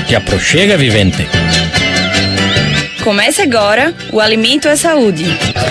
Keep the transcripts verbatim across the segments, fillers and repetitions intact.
Te aproxega, vivente. Comece agora o Alimento é Saúde.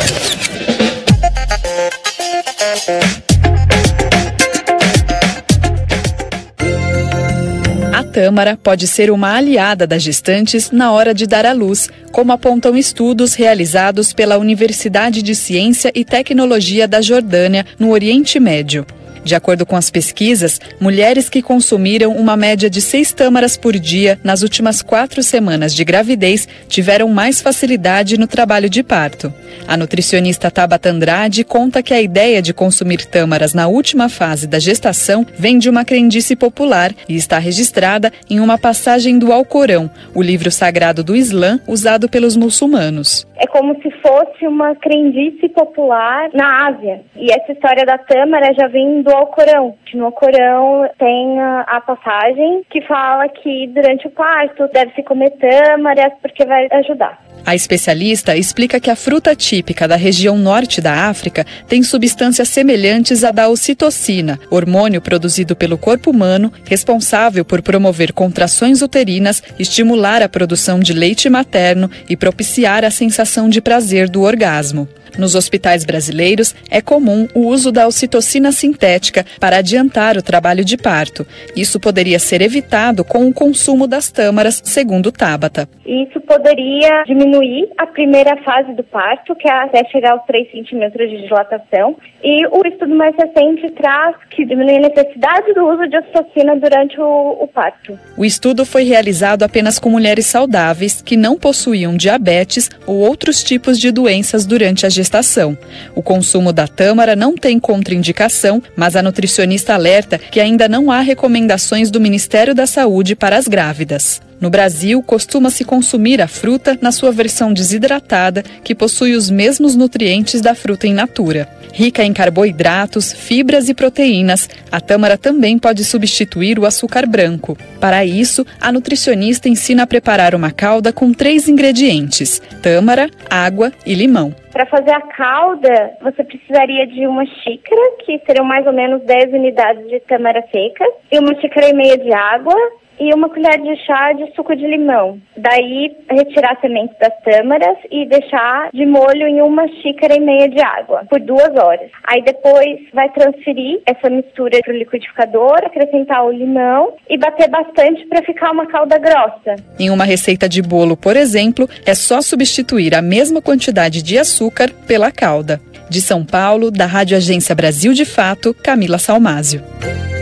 A tâmara pode ser uma aliada das gestantes na hora de dar à luz, como apontam estudos realizados pela Universidade de Ciência e Tecnologia da Jordânia, no Oriente Médio. De acordo com as pesquisas, mulheres que consumiram uma média de seis tâmaras por dia nas últimas quatro semanas de gravidez tiveram mais facilidade no trabalho de parto. A nutricionista Tabata Andrade conta que a ideia de consumir tâmaras na última fase da gestação vem de uma crendice popular e está registrada em uma passagem do Alcorão, o livro sagrado do Islã usado pelos muçulmanos. É como se fosse uma crendice popular na Ásia. E essa história da tâmara já vem do Alcorão. No Alcorão tem a, a passagem que fala que durante o parto deve-se comer tâmaras porque vai ajudar. A especialista explica que a fruta típica da região norte da África tem substâncias semelhantes à da ocitocina, hormônio produzido pelo corpo humano, responsável por promover contrações uterinas, estimular a produção de leite materno e propiciar a sensação de prazer do orgasmo. Nos hospitais brasileiros, é comum o uso da ocitocina sintética para adiantar o trabalho de parto. Isso poderia ser evitado com o consumo das tâmaras, segundo Tabata. Isso poderia diminuir a primeira fase do parto, que é até chegar aos três centímetros de dilatação. E o estudo mais recente traz que diminui a necessidade do uso de ocitocina durante o, o parto. O estudo foi realizado apenas com mulheres saudáveis que não possuíam diabetes ou outros tipos de doenças durante a gestação. Gestação. O consumo da tâmara não tem contraindicação, mas a nutricionista alerta que ainda não há recomendações do Ministério da Saúde para as grávidas. No Brasil, costuma-se consumir a fruta na sua versão desidratada, que possui os mesmos nutrientes da fruta in natura. Rica em carboidratos, fibras e proteínas, a tâmara também pode substituir o açúcar branco. Para isso, a nutricionista ensina a preparar uma calda com três ingredientes: tâmara, água e limão. Para fazer a calda, você precisaria de uma xícara, que seriam mais ou menos dez unidades de tâmara seca, e uma xícara e meia de água, e uma colher de chá de suco de limão. Daí, retirar as sementes das tâmaras e deixar de molho em uma xícara e meia de água por duas horas. Aí depois vai transferir essa mistura para o liquidificador, acrescentar o limão e bater bastante para ficar uma calda grossa. Em uma receita de bolo, por exemplo, é só substituir a mesma quantidade de açúcar pela calda. De São Paulo, da Rádio Agência Brasil de Fato, Camila Salmásio.